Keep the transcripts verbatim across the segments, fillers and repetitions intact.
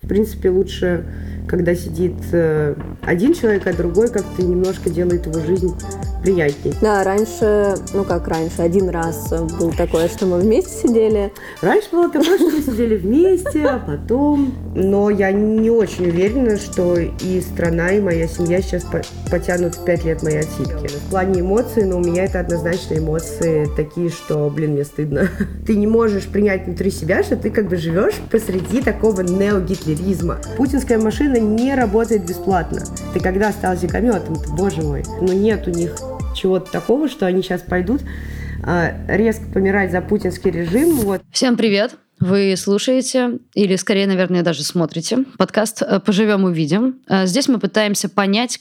В принципе, лучше, когда сидит один человек, а другой как-то немножко делает его жизнь приятней. Да, раньше, ну как раньше, один раз было такое, что мы вместе сидели. Раньше было такое, что мы сидели вместе, а потом... Но я не очень уверена, что и страна, и моя семья сейчас потянут в пять лет мои отсидки. В плане эмоций, но у меня это однозначно эмоции такие, что, блин, мне стыдно. Ты не можешь принять внутри себя, что ты как бы живешь посреди такого неогитлеризма. Путинская машина не работает бесплатно. Ты когда стал зекометом, боже мой, но нет у них чего-то такого, что они сейчас пойдут а, резко помирать за путинский режим. Вот. Всем привет! Вы слушаете, или скорее, наверное, даже смотрите подкаст «Поживем, увидим». Здесь мы пытаемся понять,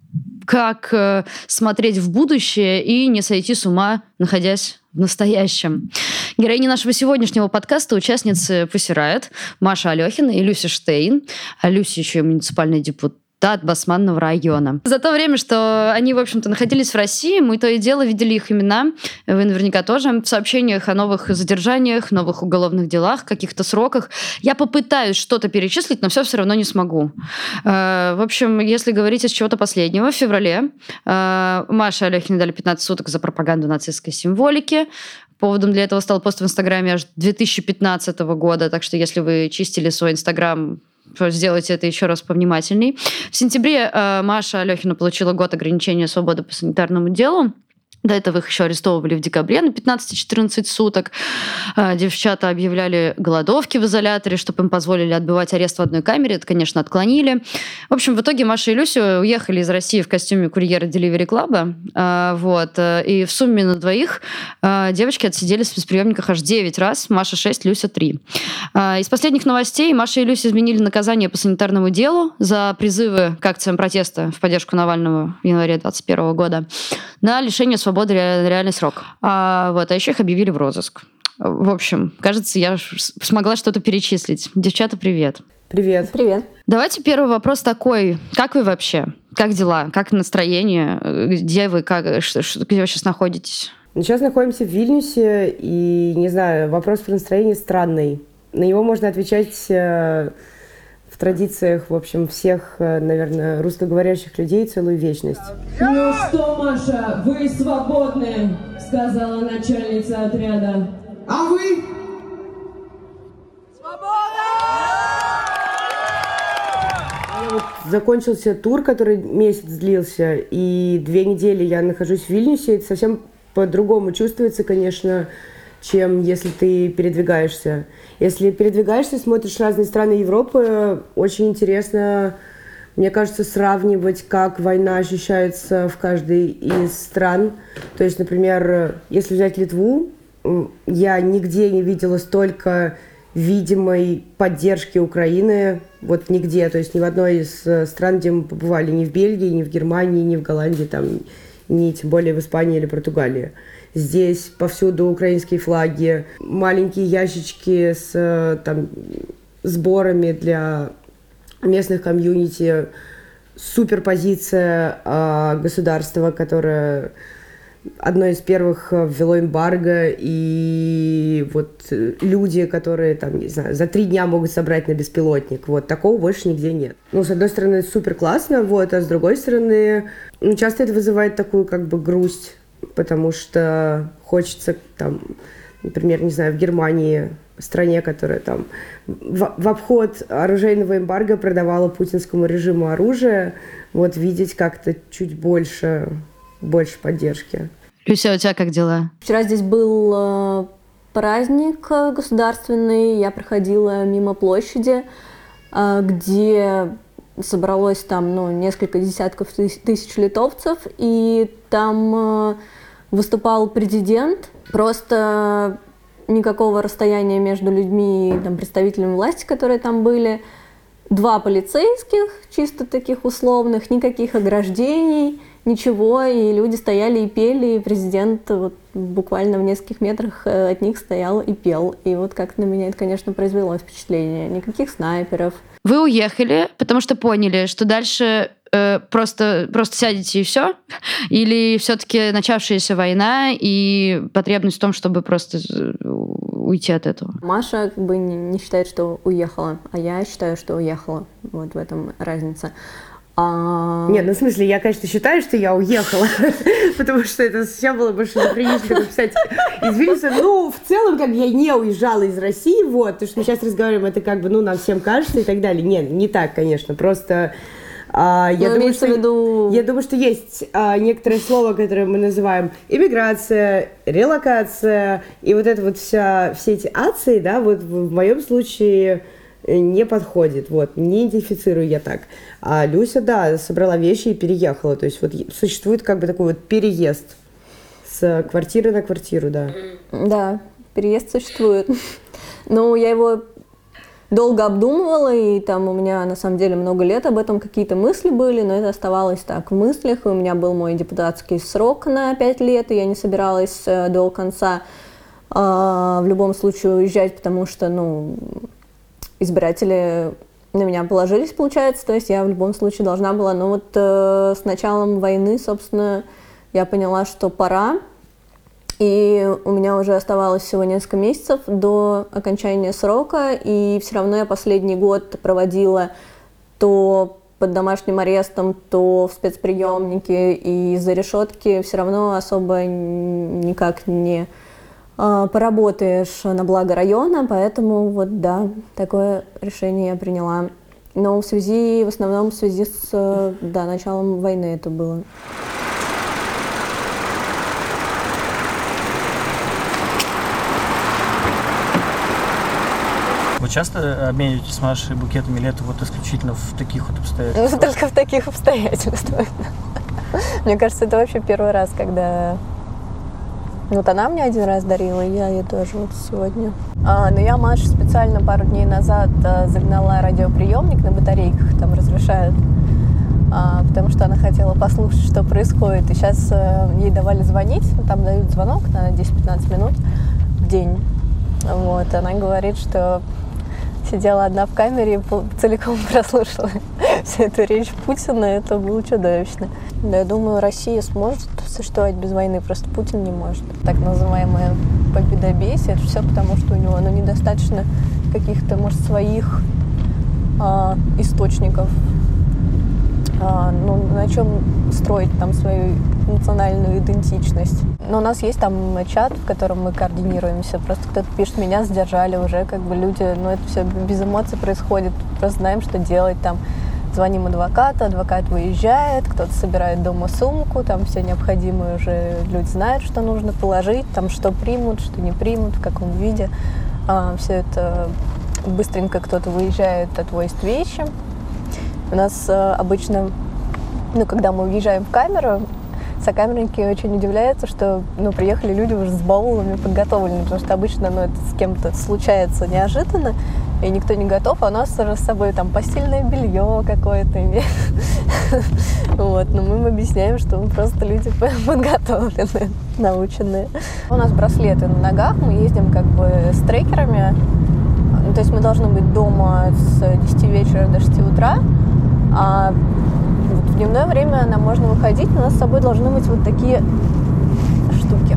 как смотреть в будущее и не сойти с ума, находясь в настоящем. Героини нашего сегодняшнего подкаста — участницы Pussy Riot Маша Алехина и Люся Штейн. А Люся еще и муниципальный депутат Басманного района. За то время, что они, в общем-то, находились в России, мы то и дело видели их имена, вы наверняка тоже, в сообщениях о новых задержаниях, новых уголовных делах, каких-то сроках. Я попытаюсь что-то перечислить, но все все равно не смогу. В общем, если говорить из чего-то последнего, в феврале Маше Алехиной дали пятнадцать суток за пропаганду нацистской символики. Поводом для этого стал пост в Инстаграме аж две тысячи пятнадцатого года, так что если вы чистили свой Инстаграм, сделайте это еще раз повнимательней. В сентябре э, Маша Алехина получила год ограничения свободы по санитарному делу. До этого их еще арестовывали в декабре на пятнадцать-четырнадцать суток. Девчата объявляли голодовки в изоляторе, чтобы им позволили отбывать арест в одной камере. Это, конечно, отклонили. В общем, в итоге Маша и Люся уехали из России в костюме курьера Delivery Club. Вот. И в сумме на двоих девочки отсидели в спецприемниках аж девять раз. Маша шесть, Люся три. Из последних новостей Маша и Люся изменили наказание по санитарному делу за призывы к акциям протеста в поддержку Навального в январе двадцать первого года на лишение свободы свободы реальный срок. А, вот, а еще их объявили в розыск. В общем, кажется, я смогла что-то перечислить. Девчата, привет. Привет. Привет. Давайте первый вопрос такой. Как вы вообще? Как дела? Как настроение? Где вы? Как, где вы сейчас находитесь? Сейчас находимся в Вильнюсе, и, не знаю, вопрос про настроение странный. На него можно отвечать в традициях, в общем, всех, наверное, русскоговорящих людей целую вечность. Ну что, Маша, вы свободны, сказала начальница отряда. А вы? Свобода! Вот закончился тур, который месяц длился, и две недели я нахожусь в Вильнюсе. Это совсем по-другому чувствуется, конечно, чем если ты передвигаешься. Если передвигаешься, смотришь разные страны Европы, очень интересно, мне кажется, сравнивать, как война ощущается в каждой из стран. То есть, например, если взять Литву, я нигде не видела столько видимой поддержки Украины, вот нигде, то есть ни в одной из стран, где мы побывали, ни в Бельгии, ни в Германии, ни в Голландии, там, ни тем более в Испании или Португалии. Здесь повсюду украинские флаги, маленькие ящички с там, сборами для местных комьюнити, суперпозиция э, государства, которое одно из первых ввело эмбарго, и вот люди, которые там, не знаю, за три дня могут собрать на беспилотник, вот такого больше нигде нет. Ну, с одной стороны, супер классно, вот, а с другой стороны, ну, часто это вызывает такую как бы грусть, потому что хочется там, например, не знаю, в Германии, стране, которая там в, в обход оружейного эмбарго продавала путинскому режиму оружие, вот видеть как-то чуть больше, больше поддержки. Люся, у тебя как дела? Вчера здесь был праздник государственный, я проходила мимо площади, где собралось там ну, несколько десятков тысяч литовцев, и там выступал президент. Просто никакого расстояния между людьми и там, представителями власти, которые там были. Два полицейских, чисто таких условных, никаких ограждений, ничего. И люди стояли и пели, и президент вот, буквально в нескольких метрах от них стоял и пел. И вот как на меня это, конечно, произвело впечатление. Никаких снайперов. Вы уехали, потому что поняли, что дальше э, просто, просто сядете и все? Или все-таки начавшаяся война и потребность в том, чтобы просто уйти от этого? Маша как бы не, не считает, что уехала, а я считаю, что уехала. Вот в этом разница. А... Нет, ну в смысле, я, конечно, считаю, что я уехала, потому что это сейчас было больше неприлично написать из Вильнюса. Ну, в целом, как я не уезжала из России, вот, то, что мы сейчас разговариваем, это как бы, ну, нам всем кажется и так далее. Нет, не так, конечно, просто... А, я, думаю, что, виду... я думаю, что есть а, некоторое слово, которое мы называем иммиграция, релокация, и вот это вот вся, все эти ации, да, вот в, в моем случае не подходит, вот, не идентифицирую я так. А Люся, да, собрала вещи и переехала, то есть вот существует как бы такой вот переезд с квартиры на квартиру, да. Да, переезд существует. Но я его долго обдумывала, и там у меня на самом деле много лет об этом какие-то мысли были, но это оставалось так в мыслях. И у меня был мой депутатский срок на пять лет, и я не собиралась до конца э, в любом случае уезжать, потому что, ну, избиратели на меня положились, получается, то есть я в любом случае должна была. Но вот э, с началом войны, собственно, я поняла, что пора. И у меня уже оставалось всего несколько месяцев до окончания срока, и все равно я последний год проводила то под домашним арестом, то в спецприемнике, и из-за решетки все равно особо никак не э, поработаешь на благо района, поэтому вот да, такое решение я приняла. Но в связи, в основном в связи с да, началом войны это было. Вы часто обмениваетесь с Машей букетами или это вот исключительно в таких вот обстоятельствах? Ну, только в таких обстоятельствах. Мне кажется, это вообще первый раз, когда... Вот она мне один раз дарила, и я ей тоже вот сегодня. А, но я Маше специально пару дней назад а, загнала радиоприемник на батарейках, там разрешают, а, потому что она хотела послушать, что происходит. И сейчас а, ей давали звонить, там дают звонок на десять-пятнадцать минут в день. Вот, она говорит, что сидела одна в камере и целиком прослушала всю эту речь Путина, это было чудовищно. Да, я думаю, Россия сможет существовать без войны, просто Путин не может. Так называемое победобесие, это все потому, что у него ну, недостаточно каких-то, может, своих а, источников, а, ну, на чем строить там свою национальную идентичность. Но у нас есть там чат, в котором мы координируемся. Просто кто-то пишет, меня задержали уже, как бы люди, ну это все без эмоций происходит. Просто знаем, что делать там. Звоним адвокату, адвокат выезжает, кто-то собирает дома сумку, там все необходимое уже люди знают, что нужно положить, там что примут, что не примут, в каком виде. А, все это быстренько кто-то выезжает, отвозит вещи. У нас а, обычно, ну когда мы уезжаем в камеру, сокамерники очень удивляются, что ну, приехали люди уже с баулами подготовленными, потому что обычно ну, это с кем-то случается неожиданно, и никто не готов, а у нас уже с собой там постельное белье какое-то имеет. Вот, но мы им объясняем, что мы просто люди подготовленные, наученные. У нас браслеты на ногах, мы ездим как бы с трекерами, то есть мы должны быть дома с десяти вечера до шести утра, а в дневное время нам можно выходить, у нас с собой должны быть вот такие штуки.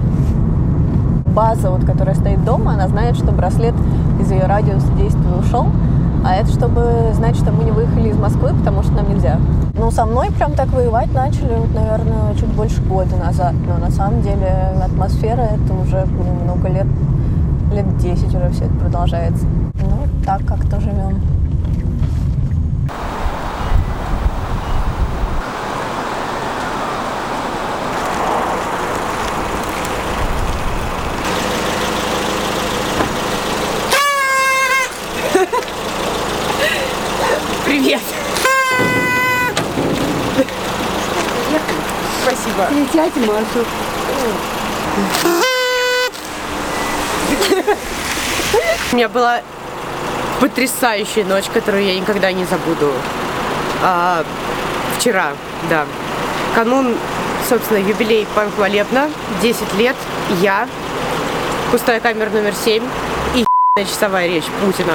База, вот, которая стоит дома, она знает, что браслет из ее радиуса действия ушел, а это чтобы знать, что мы не выехали из Москвы, потому что нам нельзя. Ну, со мной прям так воевать начали, вот, наверное, чуть больше года назад, но на самом деле атмосфера это уже ну, много лет, лет десять уже все это продолжается. Ну, так как-то живем. Привет! Спасибо. Летите, Машу. У меня была потрясающая ночь, которую я никогда не забуду. А, вчера, да. Канун, собственно, юбилей Панхвалебна, десять лет, я, пустая камера номер семь и часовая речь Путина.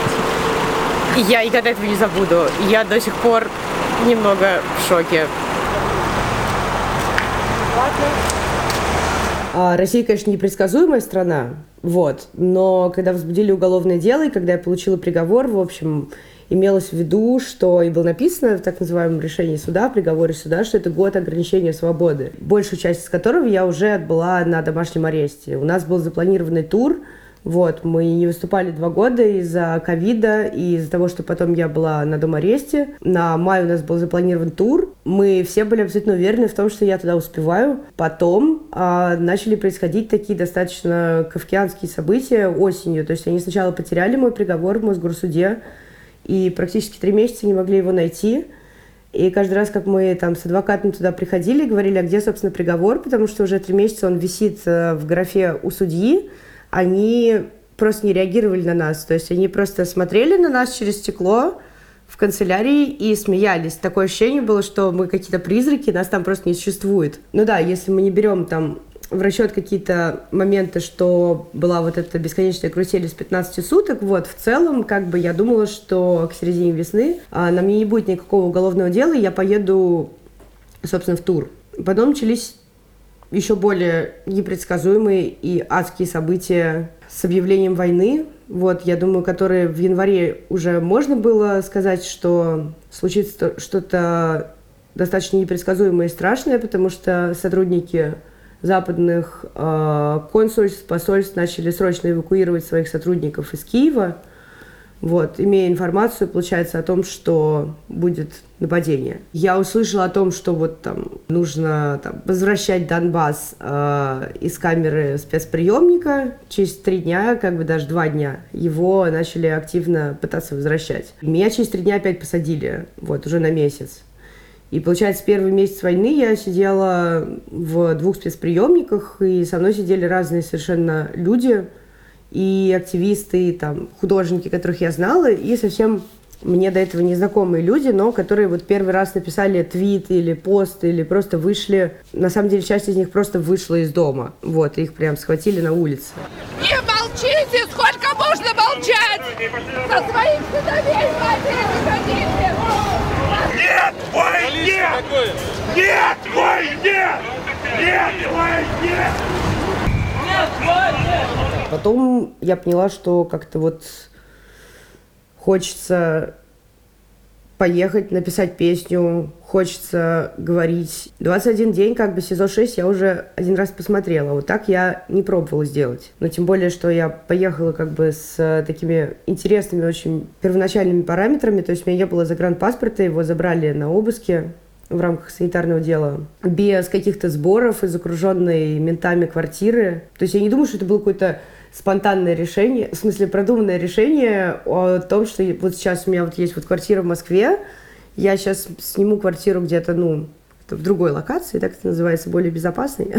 Я никогда этого не забуду. Я до сих пор немного в шоке. Россия, конечно, непредсказуемая страна. Вот. Но когда возбудили уголовное дело, и когда я получила приговор, в общем, имелось в виду, что и было написано в так называемом решении суда, приговоре суда, что это год ограничения свободы, большую часть из которого я уже отбыла на домашнем аресте. У нас был запланированный тур, вот, мы не выступали два года из-за ковида и из-за того, что потом я была на дом-аресте. На май у нас был запланирован тур. Мы все были абсолютно уверены в том, что я туда успеваю. Потом а, начали происходить такие достаточно кафкианские события осенью. То есть они сначала потеряли мой приговор в Мосгорсуде и практически три месяца не могли его найти. И каждый раз, как мы там с адвокатом туда приходили, говорили, а где, собственно, приговор, потому что уже три месяца он висит в графе у судьи, они просто не реагировали на нас. То есть они просто смотрели на нас через стекло в канцелярии и смеялись. Такое ощущение было, что мы какие-то призраки, нас там просто не существует. Ну да, если мы не берем там в расчет какие-то моменты, что была вот эта бесконечная карусель из пятнадцати суток, вот, в целом, как бы я думала, что к середине весны а, на мне не будет никакого уголовного дела, и я поеду, собственно, в тур. Потом начались еще более непредсказуемые и адские события с объявлением войны, вот, я думаю, которые в январе уже можно было сказать, что случится что-то достаточно непредсказуемое и страшное, потому что сотрудники западных э, консульств, посольств начали срочно эвакуировать своих сотрудников из Киева, вот, имея информацию, получается, о том, что будет нападение. Я услышала о том, что вот там нужно там, возвращать Донбасс э, из камеры спецприемника. Через три дня, как бы даже два дня, его начали активно пытаться возвращать. Меня через три дня опять посадили, вот, уже на месяц. И, получается, первый месяц войны я сидела в двух спецприемниках, и со мной сидели разные совершенно люди, и активисты, и там, художники, которых я знала, и совсем мне до этого незнакомые люди, но которые вот первый раз написали твит или пост, или просто вышли. На самом деле, часть из них просто вышла из дома. Вот, их прям схватили на улице. Не молчите! Сколько можно молчать? Со своих сыновей матери выходите! Нет войне! Нет войне! Нет войне! Нет войне! Потом я поняла, что как-то вот хочется поехать, написать песню, хочется говорить. двадцать один день, как бы, СИЗО шесть я уже один раз посмотрела. Вот так я не пробовала сделать. Но тем более, что я поехала как бы с такими интересными очень первоначальными параметрами. То есть у меня не было загранпаспорта, его забрали на обыске в рамках санитарного дела, без каких-то сборов из окруженной ментами квартиры. То есть я не думаю, что это было какое-то спонтанное решение, в смысле продуманное решение о том, что вот сейчас у меня вот есть вот квартира в Москве, я сейчас сниму квартиру где-то, ну, в другой локации, так это называется, более безопасной,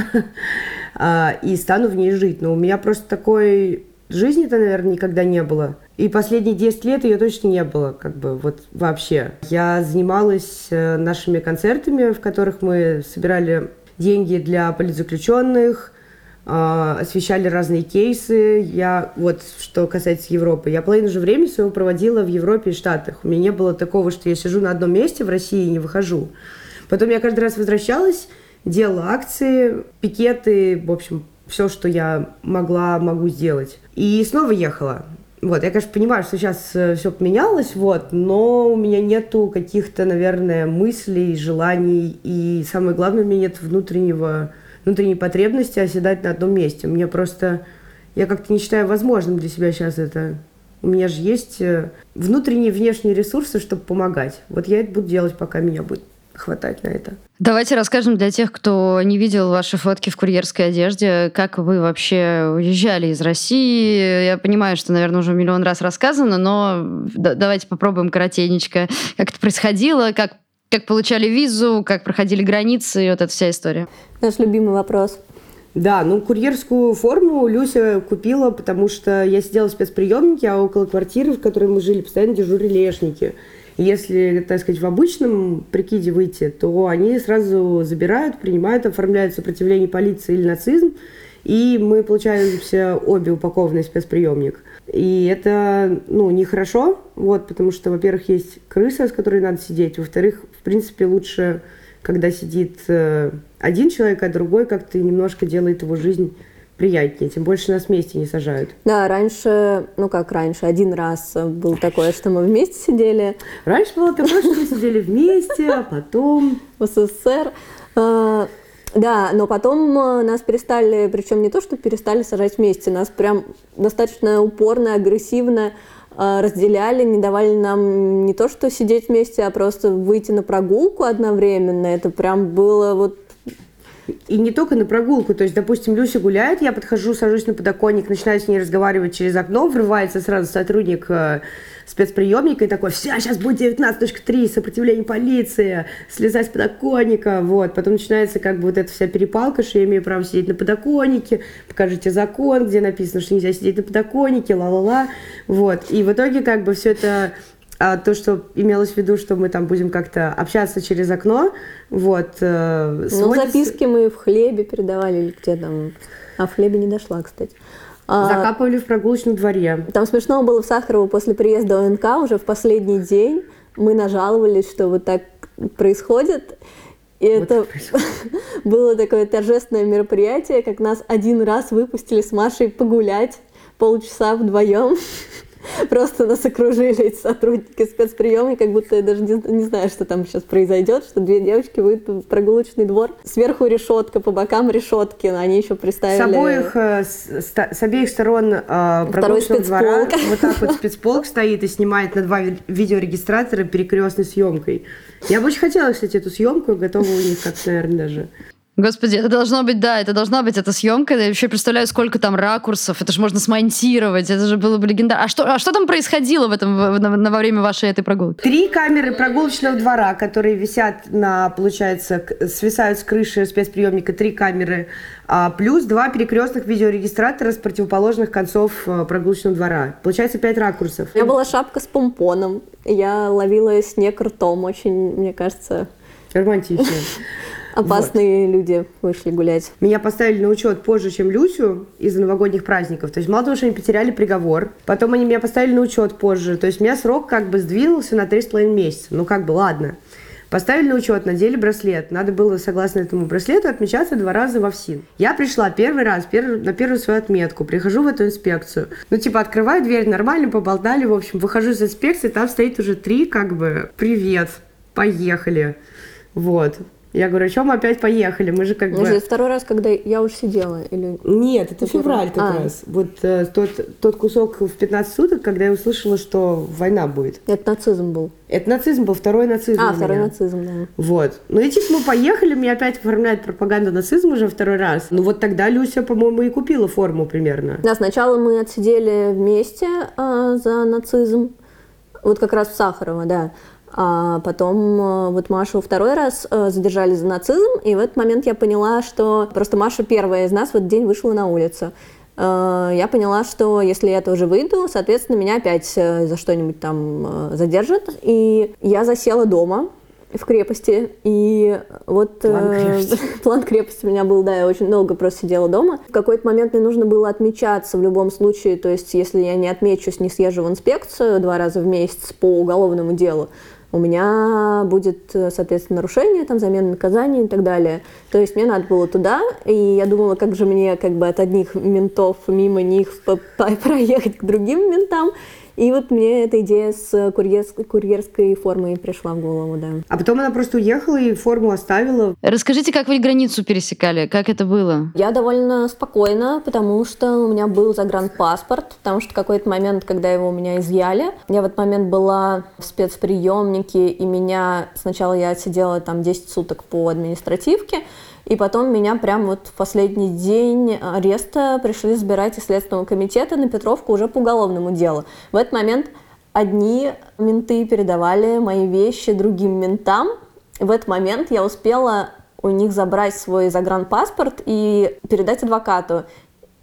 и стану в ней жить. Но у меня просто такой жизни-то, наверное, никогда не было. И последние десять лет ее точно не было, как бы, вот вообще. Я занималась нашими концертами, в которых мы собирали деньги для политзаключенных, освещали разные кейсы. Я, вот, что касается Европы, я половину же времени своего проводила в Европе и Штатах. У меня не было такого, что я сижу на одном месте в России и не выхожу. Потом я каждый раз возвращалась, делала акции, пикеты, в общем, все, что я могла, могу сделать. И снова ехала. Вот, я, конечно, понимаю, что сейчас все поменялось, вот, но у меня нету каких-то, наверное, мыслей, желаний, и самое главное, у меня нет внутреннего внутренней потребности оседать на одном месте. Мне просто... Я как-то не считаю возможным для себя сейчас это. У меня же есть внутренние и внешние ресурсы, чтобы помогать. Вот я это буду делать, пока меня будет хватать на это. Давайте расскажем для тех, кто не видел ваши фотки в курьерской одежде, как вы вообще уезжали из России. Я понимаю, что, наверное, уже миллион раз рассказано, но давайте попробуем коротенечко. Как это происходило, как Как получали визу, как проходили границы, и вот эта вся история. Наш любимый вопрос. Да, ну курьерскую форму Люся купила, потому что я сидела в спецприемнике, а около квартиры, в которой мы жили, постоянно дежурили эшники. И если, так сказать, в обычном прикиде выйти, то они сразу забирают, принимают, оформляют сопротивление полиции или нацизм, и мы получаемся обе упакованные в спецприемник. И это, ну, нехорошо, вот, потому что, во-первых, есть крыса, с которой надо сидеть, во-вторых, в принципе, лучше, когда сидит э, один человек, а другой как-то немножко делает его жизнь приятнее, тем больше нас вместе не сажают. Да, раньше, ну как раньше, один раз был такое, что мы вместе сидели. Раньше было такое, что мы сидели вместе, а потом... В СССР. А, да, но потом нас перестали, причем не то, что перестали сажать вместе, нас прям достаточно упорно, агрессивно разделяли, не давали нам не то, что сидеть вместе, а просто выйти на прогулку одновременно. Это прям было вот... И не только на прогулку, то есть, допустим, Люся гуляет, я подхожу, сажусь на подоконник, начинаю с ней разговаривать через окно, врывается сразу сотрудник э, спецприемника и такой: все, сейчас будет девятнадцать точка три, сопротивление полиции, слезай с подоконника, вот. Потом начинается как бы вот эта вся перепалка, что я имею право сидеть на подоконнике, покажите закон, где написано, что нельзя сидеть на подоконнике, ла-ла-ла, вот. И в итоге как бы все это... А то, что имелось в виду, что мы там будем как-то общаться через окно, вот. Э, ну, сводится... записки мы в хлебе передавали, или где там... А в хлебе не дошла, кстати. Закапывали а, в прогулочном дворе. Там смешно было в Сахарово после приезда о эн ка, уже в последний день мы нажаловались, что вот так происходит. И вот это было такое торжественное мероприятие, как нас один раз выпустили с Машей погулять полчаса вдвоем. Просто нас окружили эти сотрудники спецприема, как будто я даже не, не знаю, что там сейчас произойдет, что две девочки выйдут в прогулочный двор. Сверху решетка, по бокам решетки, они еще приставили... С обоих, с, с обеих сторон э, прогулочного двора вот так вот спецполк стоит и снимает на два видеорегистратора перекрестной съемкой. Я бы очень хотела, кстати, эту съемку, готова у них как-то, наверное, даже... Господи, это должно быть, да, это должна быть эта съемка. Я вообще представляю, сколько там ракурсов. Это же можно смонтировать. Это же было бы легендарно. А что, а что там происходило в этом, в, на, во время вашей этой прогулки? Три камеры прогулочного двора, которые висят на, получается, свисают с крыши спецприемника. Три камеры. А, плюс два перекрестных видеорегистратора с противоположных концов прогулочного двора. Получается пять ракурсов. У меня была шапка с помпоном. Я ловила снег ртом. Очень, мне кажется... Романтично. Опасные вот. Люди вышли гулять. Меня поставили на учет позже, чем Люсю, из-за новогодних праздников. То есть мало того, что они потеряли приговор, потом они меня поставили на учет позже. То есть у меня срок как бы сдвинулся на три с половиной месяца. Ну как бы, ладно. Поставили на учет, надели браслет. Надо было, согласно этому браслету, отмечаться два раза во ФСИН. Я пришла первый раз, первый, на первую свою отметку, прихожу в эту инспекцию. Ну, типа, открываю дверь, нормально, поболтали, в общем. Выхожу из инспекции, там стоит уже три, как бы, привет, поехали. Вот. Я говорю: а чем мы опять поехали? Мы же как бы... Это второй раз, когда я уже сидела? Или... Нет, это февраль как а. раз. Вот э, тот, тот кусок в пятнадцать суток, когда я услышала, что война будет. Это нацизм был. Это нацизм был, второй нацизм. А, второй нацизм, да. Вот. Ну и типа мы поехали, мне опять оформляют пропаганду нацизма уже второй раз. Ну вот тогда Люся, по-моему, и купила форму примерно. Да, сначала мы отсидели вместе э, за нацизм. Вот как раз в Сахарово, да. А потом вот Машу второй раз задержали за нацизм, и в этот момент я поняла, что просто Маша первая из нас в этот день вышла на улицу. Я поняла, что если я тоже выйду, соответственно, меня опять за что-нибудь там задержат, и я засела дома в крепости, и вот план крепости. план крепости у меня был, да, я очень долго просто сидела дома. В какой-то момент мне нужно было отмечаться в любом случае, то есть если я не отмечусь, не съезжу в инспекцию два раза в месяц по уголовному делу, у меня будет, соответственно, нарушение, там, замена наказания и так далее. То есть мне надо было туда, и я думала, как же мне как бы от одних ментов мимо них проехать к другим ментам. И вот мне эта идея с курьерской, курьерской формой пришла в голову, да. А потом она просто уехала и форму оставила. Расскажите, как вы границу пересекали, как это было? Я довольно спокойно, потому что у меня был загранпаспорт, потому что в какой-то момент, когда его у меня изъяли, я в этот момент была в спецприемнике, и меня сначала я отсидела там десять суток по административке, и потом меня прям вот в последний день ареста пришли забирать из Следственного комитета на Петровку уже по уголовному делу. В этот момент одни менты передавали мои вещи другим ментам. В этот момент я успела у них забрать свой загранпаспорт и передать адвокату.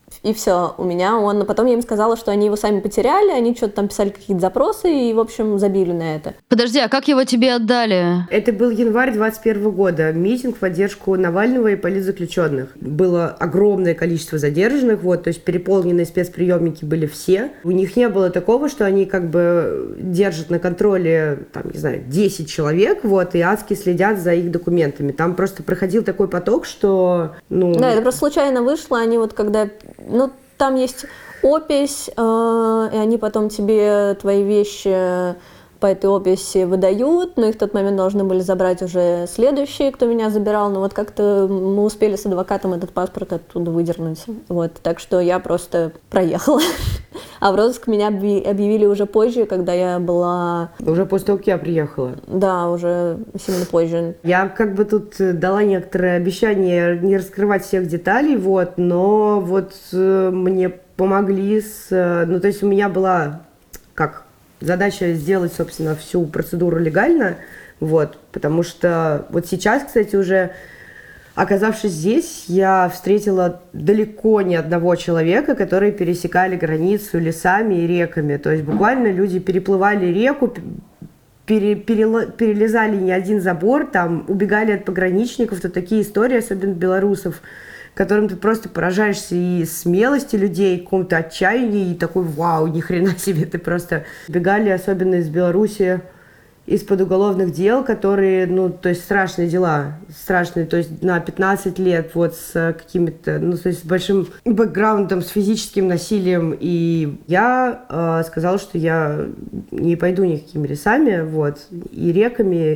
И все, у меня он... Потом я им сказала, что они его сами потеряли, они что-то там писали какие-то запросы и, в общем, забили на это. Подожди, а как его тебе отдали? Это был январь двадцать первого года. Митинг в поддержку Навального и политзаключенных. Было огромное количество задержанных, вот, то есть переполненные спецприемники были все. У них не было такого, что они как бы держат на контроле, там, не знаю, десять человек, вот, и адски следят за их документами. Там просто проходил такой поток, что, ну... Да, это просто случайно вышло, они вот когда... Ну, там есть опись, э, и они потом тебе твои вещи по этой описи выдают, но их в тот момент должны были забрать уже следующие, кто меня забирал, но вот как-то мы успели с адвокатом этот паспорт оттуда выдернуть, вот, так что я просто проехала. А в розыск меня объявили уже позже, когда я была... Уже после того, как я приехала. Да, уже сильно позже. Я как бы тут дала некоторое обещание не раскрывать всех деталей, вот, но вот э, мне помогли с... Э, ну, то есть у меня была, как, задача сделать, собственно, всю процедуру легально, вот, потому что вот сейчас, кстати, уже... Оказавшись здесь, я встретила далеко не одного человека, которые пересекали границу лесами и реками. То есть буквально люди переплывали реку, пере, перела, перелезали не один забор, там, убегали от пограничников. То такие истории, особенно белорусов, которым ты просто поражаешься и смелости людей, и какому-то отчаянию, и такой, вау, ни хрена себе, ты просто... Убегали, особенно из Беларуси, из-под уголовных дел, которые, ну, то есть страшные дела, страшные, то есть на пятнадцать лет вот с какими-то, ну, то есть с большим бэкграундом, с физическим насилием, и я э, сказала, что я не пойду никакими лесами, вот, и реками,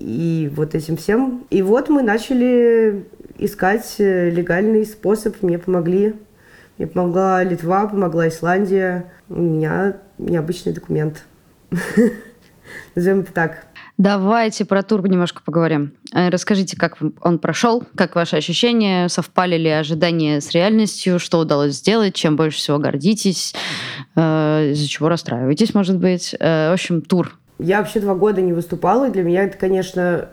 и вот этим всем. И вот мы начали искать легальный способ, мне помогли. Мне помогла Литва, помогла Исландия, у меня необычный документ. Назовем это так. Давайте про тур немножко поговорим. Расскажите, как он прошел, как ваши ощущения, совпали ли ожидания с реальностью, что удалось сделать, чем больше всего гордитесь, из-за чего расстраиваетесь, может быть. В общем, тур. Я вообще два года не выступала, и для меня это, конечно,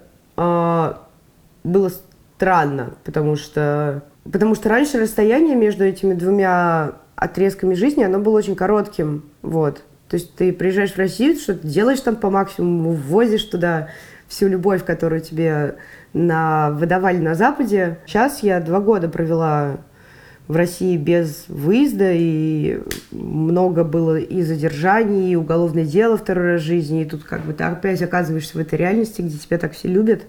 было странно, потому что, потому что раньше расстояние между этими двумя отрезками жизни, оно было очень коротким, вот. То есть ты приезжаешь в Россию, что-то делаешь там по максимуму, ввозишь туда всю любовь, которую тебе на... выдавали на Западе. Сейчас я два года провела в России без выезда, и много было и задержаний, и уголовное дело второй раз в жизни, и тут как бы ты опять оказываешься в этой реальности, где тебя так все любят,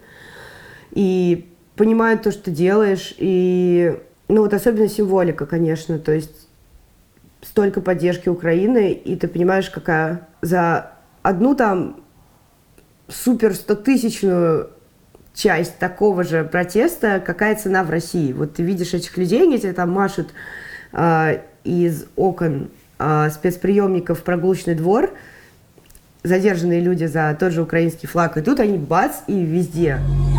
и понимают то, что ты делаешь, и, ну вот особенно символика, конечно, то есть столько поддержки Украины, и ты понимаешь, какая за одну там супер стотысячную часть такого же протеста, какая цена в России. Вот ты видишь этих людей, они тебе там машут э, из окон э, спецприемников в прогулочный двор, задержанные люди за тот же украинский флаг, и тут они бац, и везде.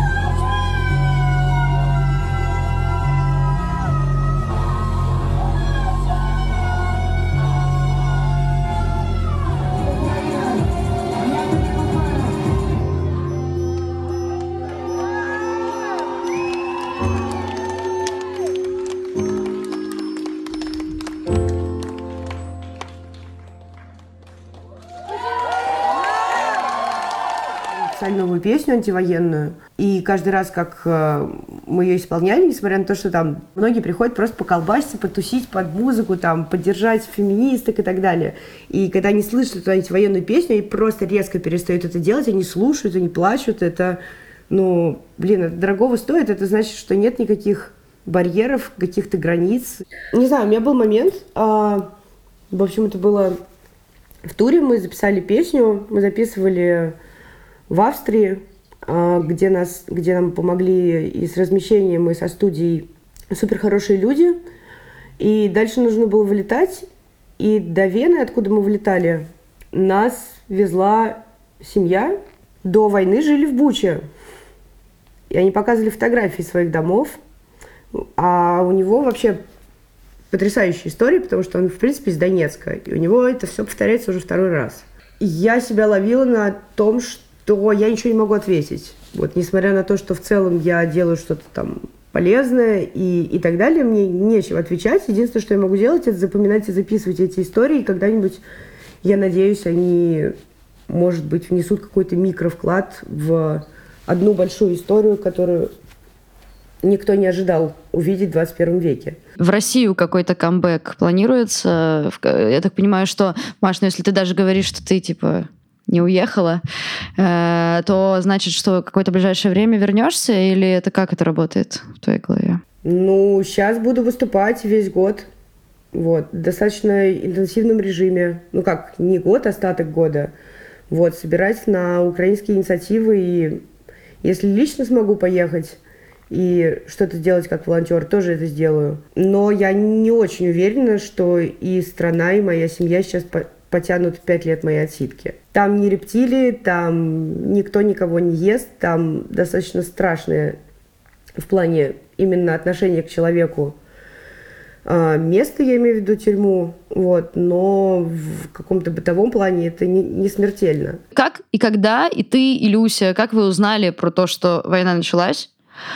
Новую песню антивоенную. И каждый раз, как э, мы ее исполняли, несмотря на то, что там многие приходят просто поколбаситься, потусить под музыку, там, поддержать феминисток и так далее. И когда они слышат эту антивоенную песню, они просто резко перестают это делать, они слушают, они плачут. Это, ну, блин, это дорогого стоит. Это значит, что нет никаких барьеров, каких-то границ. Не знаю, у меня был момент, э, в общем, это было в туре, мы записали песню, мы записывали в Австрии, где, нас, где нам помогли и с размещением, и со студией супер хорошие люди. И дальше нужно было вылетать. И до Вены, откуда мы вылетали, нас везла семья. До войны жили в Буче. И они показывали фотографии своих домов. А у него вообще потрясающая история, потому что он, в принципе, из Донецка. И у него это все повторяется уже второй раз. И я себя ловила на том, что то я ничего не могу ответить. Вот, несмотря на то, что в целом я делаю что-то там полезное и, и так далее. Мне нечего отвечать. Единственное, что я могу делать, это запоминать и записывать эти истории. И когда-нибудь, я надеюсь, они, может быть, внесут какой-то микровклад в одну большую историю, которую никто не ожидал увидеть в двадцать первом веке. В Россию какой-то камбэк планируется? Я так понимаю, что, Маш, ну если ты даже говоришь, что ты, типа, не уехала, э, то значит, что какое-то ближайшее время вернешься, или это как это работает в твоей голове? Ну, сейчас буду выступать весь год. Вот, в достаточно интенсивном режиме. Ну как, не год, а остаток года. Вот, собирать на украинские инициативы. И если лично смогу поехать и что-то сделать как волонтер, тоже это сделаю. Но я не очень уверена, что и страна, и моя семья сейчас по- потянут пять лет моей отсидки. Там не рептилии, там никто никого не ест, там достаточно страшное в плане именно отношения к человеку место, я имею в виду тюрьму, вот, но в каком-то бытовом плане это не, не смертельно. Как и когда и ты, и Люся, как вы узнали про то, что война началась?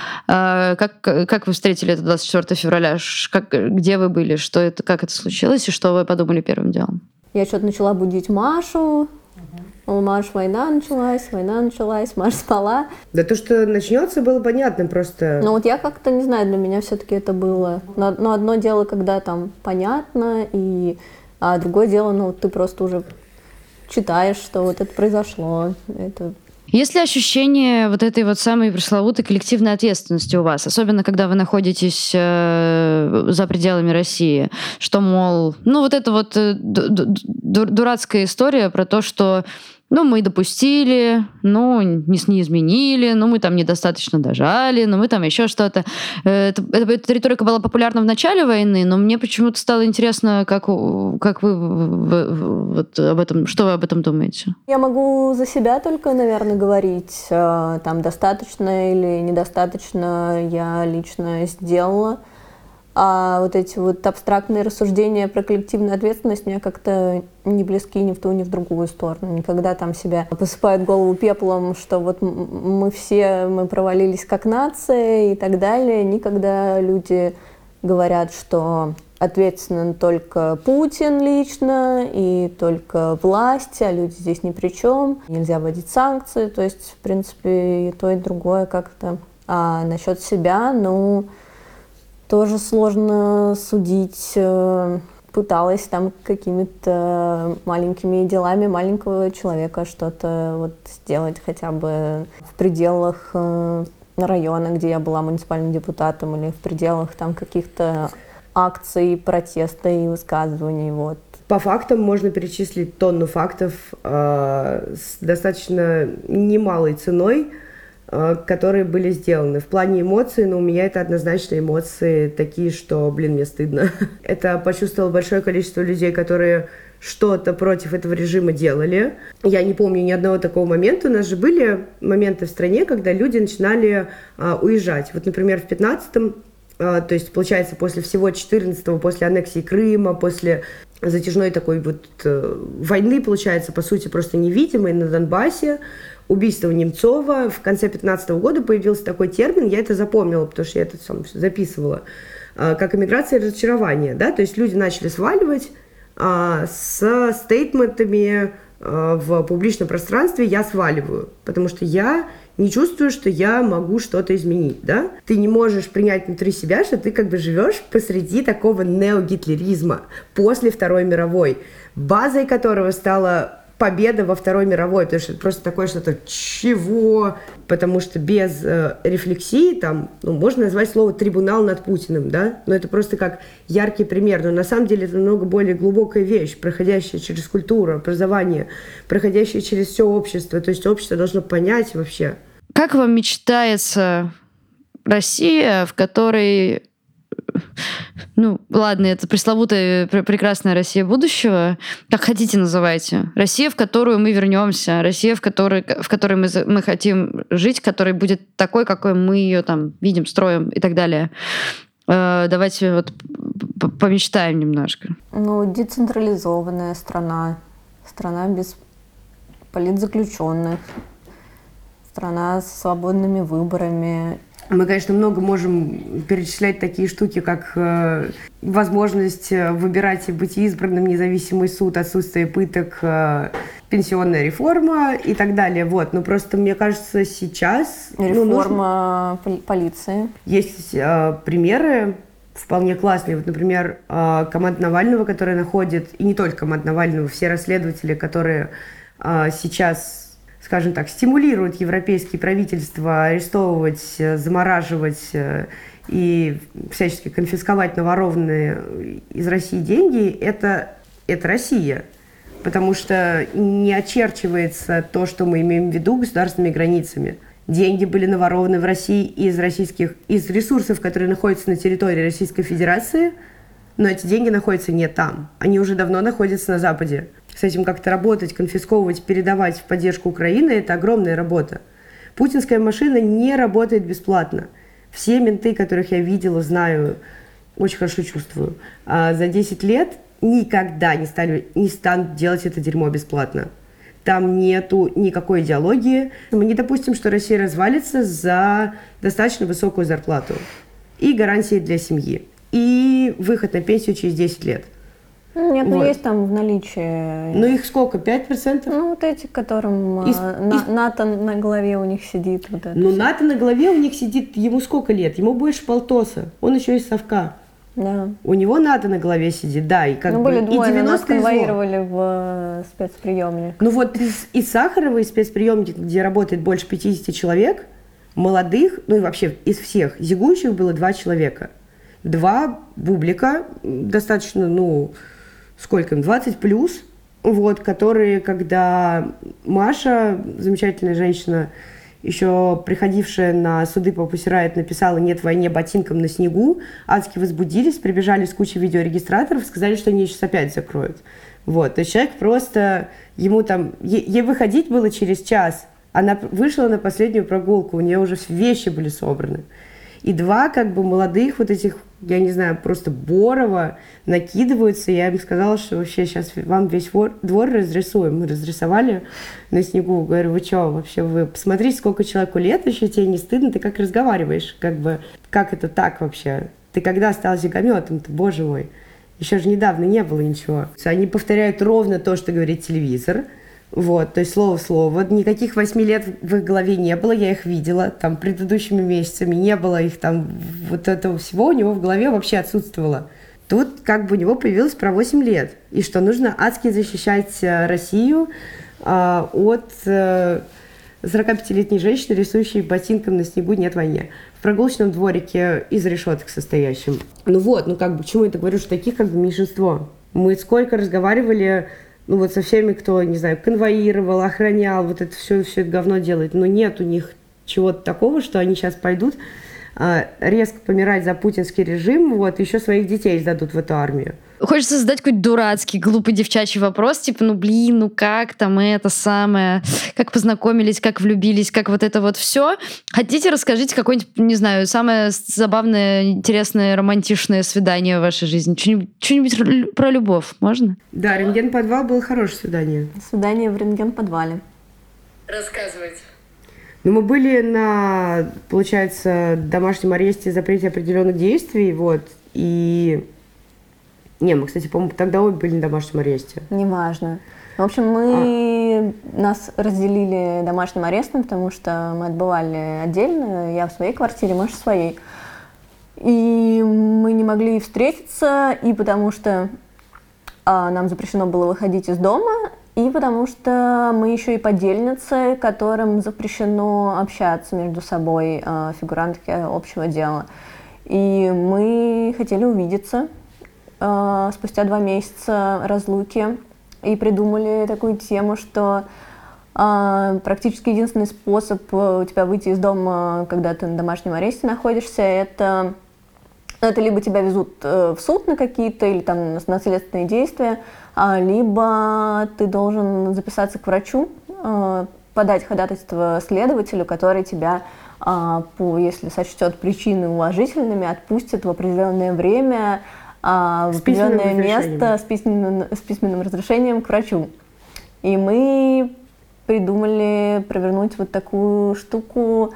Как, как вы встретили это двадцать четвёртого февраля? Как, где вы были? Что это, как это случилось? И что вы подумали первым делом? Я что-то начала будить Машу. У Маш война началась, война началась, Маша спала. Да то, что начнется, было понятно просто. Но вот я как-то, не знаю, для меня все-таки это было... Но, но одно дело, когда там понятно, и... а другое дело, ну, ты просто уже читаешь, что вот это произошло. Это... Есть ли ощущение вот этой вот самой пресловутой коллективной ответственности у вас, особенно когда вы находитесь э, за пределами России, что, мол, ну вот эта вот э, дурацкая история про то, что ну, мы допустили, ну, не, не изменили, ну, мы там недостаточно дожали, ну, мы там еще что-то. Это, это, эта риторика была популярна в начале войны, но мне почему-то стало интересно, как, как вы вот об этом, что вы об этом думаете? Я могу за себя только, наверное, говорить, там, достаточно или недостаточно я лично сделала. А вот эти вот абстрактные рассуждения про коллективную ответственность мне как-то не близки ни в ту, ни в другую сторону. Никогда там себя посыпают голову пеплом, что вот мы все, мы провалились как нация и так далее. Никогда люди говорят, что ответственен только Путин лично и только власть, а люди здесь ни при чем. Нельзя вводить санкции, то есть, в принципе, и то, и другое как-то. А насчет себя, ну... Тоже сложно судить. Пыталась там какими-то маленькими делами маленького человека что-то вот сделать хотя бы в пределах района, где я была муниципальным депутатом, или в пределах там каких-то акций, протеста и высказываний. Вот. По фактам можно перечислить тонну фактов э, с достаточно немалой ценой, которые были сделаны. В плане эмоций, но у меня это однозначно эмоции такие, что, блин, мне стыдно. Это почувствовало большое количество людей, которые что-то против этого режима делали. Я не помню ни одного такого момента. У нас же были моменты в стране, когда люди начинали а, уезжать. Вот, например, в пятнадцатом, а, то есть, получается, после всего четырнадцатого, после аннексии Крыма, после затяжной такой вот а, войны, получается, по сути, просто невидимой на Донбассе, убийство Немцова. В конце пятнадцатого года появился такой термин, я это запомнила, потому что я это сам записывала, как эмиграция и разочарование. Да? То есть люди начали сваливать а, с стейтментами а, в публичном пространстве «я сваливаю», потому что я не чувствую, что я могу что-то изменить. Да? Ты не можешь принять внутри себя, что ты как бы живешь посреди такого неогитлеризма после Второй мировой, базой которого стала победа во Второй мировой, потому что это просто такое что-то «чего?», потому что без э, рефлексии, там, ну, можно назвать слово «трибунал над Путиным», да, но это просто как яркий пример, но на самом деле это намного более глубокая вещь, проходящая через культуру, образование, проходящая через все общество, то есть общество должно понять вообще. Как вам мечтается Россия, в которой... Ну, ладно, это пресловутая прекрасная Россия будущего. Как хотите, называйте. Россия, в которую мы вернемся. Россия, в которой, в которой мы, мы хотим жить, которая будет такой, какой мы ее там видим, строим и так далее. Давайте вот помечтаем немножко. Ну, децентрализованная страна. Страна без политзаключенных. Страна с свободными выборами. Мы, конечно, много можем перечислять такие штуки, как э, возможность выбирать и быть избранным, независимый суд, отсутствие пыток, э, пенсионная реформа и так далее. Вот. Но просто, мне кажется, сейчас... Реформа ну, нужно... полиции. Есть э, примеры вполне классные. Вот, например, э, команда Навального, которая находит, и не только команда Навального, все расследователи, которые э, сейчас... скажем так, стимулируют европейские правительства арестовывать, замораживать и всячески конфисковать наворованные из России деньги, это, это Россия. Потому что не очерчивается то, что мы имеем в виду государственными границами. Деньги были наворованы в России из, российских, из ресурсов, которые находятся на территории Российской Федерации, но эти деньги находятся не там. Они уже давно находятся на Западе. С этим как-то работать, конфисковывать, передавать в поддержку Украины – это огромная работа. Путинская машина не работает бесплатно. Все менты, которых я видела, знаю, очень хорошо чувствую, а за десять лет никогда не, стали, не станут делать это дерьмо бесплатно. Там нету никакой идеологии. Мы не допустим, что Россия развалится за достаточно высокую зарплату и гарантии для семьи. И выход на пенсию через десять лет. Нет, вот. ну есть там в наличии. Ну их сколько? пять процентов? Ну вот эти, которым из, на, из... НАТО на голове у них сидит. Вот это ну все. НАТО на голове у них сидит, ему сколько лет? Ему больше полтоса. Он еще из совка. Да. У него НАТО на голове сидит, да. И как ну бы, были двое, и нас девяностые конвоировали в спецприемник. Ну вот из, из Сахарова, из спецприемника, где работает больше пятьдесят человек, молодых, ну и вообще из всех зигующих было два человека. Два бублика, достаточно, ну, сколько им, двадцать плюс, вот, которые, когда Маша, замечательная женщина, еще приходившая на суды по Pussy Riot, написала «нет войне ботинком на снегу», адски возбудились, прибежали с кучей видеорегистраторов, сказали, что они сейчас опять закроют. Вот, то есть человек просто, ему там, е- ей выходить было через час, она вышла на последнюю прогулку, у нее уже вещи были собраны. И два как бы молодых вот этих, я не знаю, просто Борова накидываются. Я им сказала, что вообще сейчас вам весь двор, двор разрисуем. Мы разрисовали на снегу. Говорю, вы что, вообще вы посмотрите, сколько человеку лет, еще тебе не стыдно, ты как разговариваешь, как бы, как это так вообще? Ты когда стал зигометом-то, боже мой? Еще же недавно не было ничего. Они повторяют ровно то, что говорит телевизор. Вот, то есть слово в слово. Никаких восьми лет в их голове не было, я их видела там предыдущими месяцами, не было их там, вот этого всего у него в голове вообще отсутствовало. Тут как бы у него появилось про восемь лет, и что нужно адски защищать Россию а, от а, сорокапятилетней женщины, рисующей ботинком на снегу «нет войне» в прогулочном дворике из решеток состоящем. Ну вот, ну как бы, почему я это говорю, что таких как бы меньшинство. Мы сколько разговаривали, ну вот со всеми, кто, не знаю, конвоировал, охранял, вот это все, все это говно делает. Но нет у них чего-то такого, что они сейчас пойдут а, резко помирать за путинский режим, вот, еще своих детей сдадут в эту армию. Хочется задать какой-то дурацкий, глупый девчачий вопрос, типа, ну блин, ну как там это самое, как познакомились, как влюбились, как вот это вот все. Хотите, расскажите какое-нибудь, не знаю, самое забавное, интересное, романтичное свидание в вашей жизни? Что-нибудь, что-нибудь про любовь можно? Да, рентген-подвал было хорошее свидание. Свидание в рентген-подвале. Рассказывайте. Ну, мы были на, получается, домашнем аресте, запрете определенных действий, вот, и... Не, мы, кстати, по-моему, тогда обе были на домашнем аресте. Неважно. В общем, мы а. нас разделили домашним арестом, потому что мы отбывали отдельно, я в своей квартире, Маша в своей. И мы не могли встретиться, и потому что а, нам запрещено было выходить из дома, и потому что мы еще и подельницы, которым запрещено общаться между собой, а, фигурантки общего дела. И мы хотели увидеться спустя два месяца разлуки и придумали такую тему, что э, практически единственный способ у тебя выйти из дома, когда ты на домашнем аресте находишься, это, это либо тебя везут э, в суд на какие-то или там на следственные действия, а, либо ты должен записаться к врачу, э, подать ходатайство следователю, который тебя, э, по, если сочтет причины уважительными, отпустит в определенное время в определенное место с письменным, с письменным разрешением к врачу. И мы придумали провернуть вот такую штуку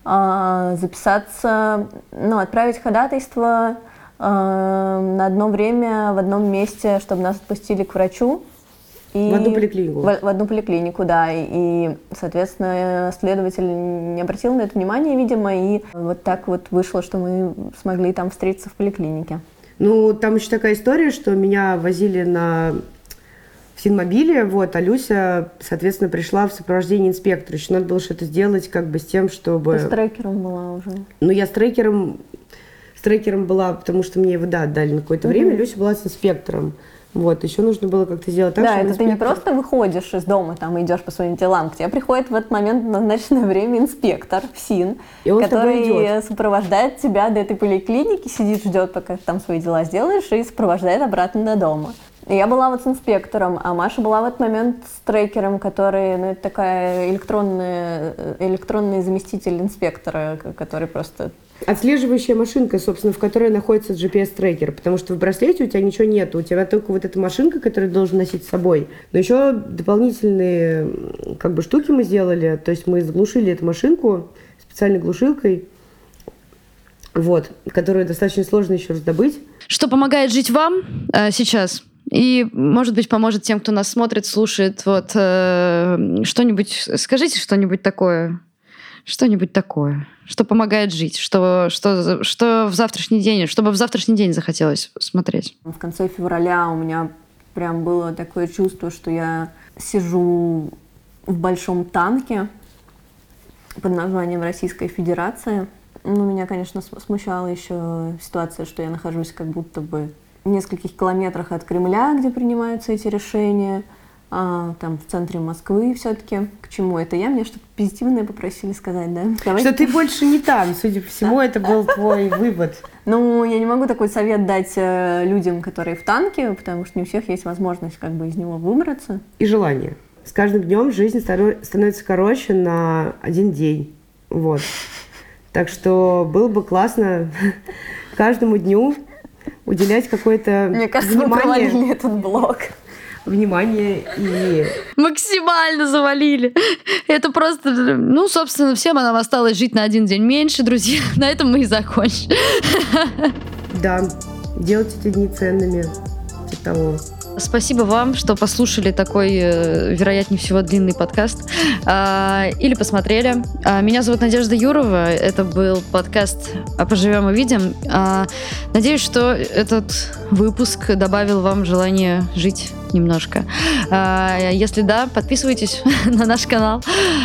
а, записаться, ну, отправить ходатайство а, на одно время в одном месте, чтобы нас отпустили к врачу. И В одну поликлинику. В, в одну поликлинику, да. И, и, соответственно, следователь не обратил на это внимания, видимо, и вот так вот вышло, что мы смогли там встретиться в поликлинике. Ну, там еще такая история, что меня возили на в Синмобиле, вот, а Люся, соответственно, пришла в сопровождении инспектора. Еще надо было что-то сделать как бы с тем, чтобы... Ты с трекером была уже. Ну, я с трекером, с трекером была, потому что мне его, да, отдали на какое-то время. Люся была с инспектором. Вот, еще нужно было как-то сделать так, да, чтобы это инспектор... ты не просто выходишь из дома там и идешь по своим делам, к тебе приходит в этот момент в назначенное время инспектор, ФСИН, И он с тобой который идет. сопровождает тебя до этой поликлиники, сидит, ждет, пока ты там свои дела сделаешь, и сопровождает обратно до дома. И я была вот с инспектором, а Маша была в этот момент с трекером, который, ну, это такая электронная, электронный заместитель инспектора, который просто... Отслеживающая машинка, собственно, в которой находится джи пи эс-трекер, потому что в браслете у тебя ничего нет, у тебя только вот эта машинка, которую ты должен носить с собой. Но еще дополнительные как бы штуки мы сделали, то есть мы заглушили эту машинку специальной глушилкой, вот, которую достаточно сложно еще раздобыть. Что помогает жить вам э, сейчас? И, может быть, поможет тем, кто нас смотрит, слушает. Вот э, что-нибудь, скажите что-нибудь такое. Что-нибудь такое, что помогает жить, что, что, что в завтрашний день, чтобы в завтрашний день захотелось смотреть. В конце февраля у меня прям было такое чувство, что я сижу в большом танке под названием Российская Федерация. Ну, меня, конечно, смущала еще ситуация, что я нахожусь как будто бы в нескольких километрах от Кремля, где принимаются эти решения. А, там в центре Москвы все-таки. К чему это я? Мне что-то позитивное попросили сказать, да? Давайте. Что ты больше не там, судя по всему, это был твой вывод. Ну, я не могу такой совет дать э, людям, которые в танке, потому что не у всех есть возможность как бы из него выбраться. И желание. С каждым днем жизнь становится короче на один день. Вот. Так что было бы классно каждому дню уделять какое-то Мне кажется, внимание. мы провалили этот блог. Внимание и... Максимально завалили. Это просто... Ну, собственно, всем нам осталось жить на один день меньше, друзья. На этом мы и закончим. Да, делать эти дни ценными. Типа того. Спасибо вам, что послушали такой, вероятнее всего, длинный подкаст. Или посмотрели. Меня зовут Надежда Юрова. Это был подкаст «Поживем увидим». Надеюсь, что этот выпуск добавил вам желание жить немножко. Если да, подписывайтесь на наш канал,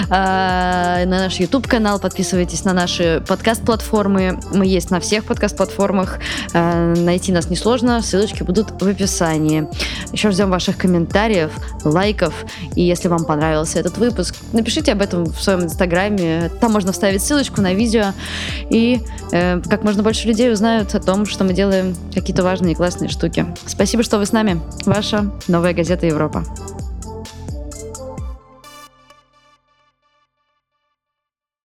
на наш YouTube-канал, подписывайтесь на наши подкаст-платформы. Мы есть на всех подкаст-платформах. Найти нас несложно, ссылочки будут в описании. Еще ждем ваших комментариев, лайков. И если вам понравился этот выпуск, напишите об этом в своем инстаграме. Там можно вставить ссылочку на видео. И э, как можно больше людей узнают о том, что мы делаем какие-то важные и классные штуки. Спасибо, что вы с нами. Ваша Новая газета Европа.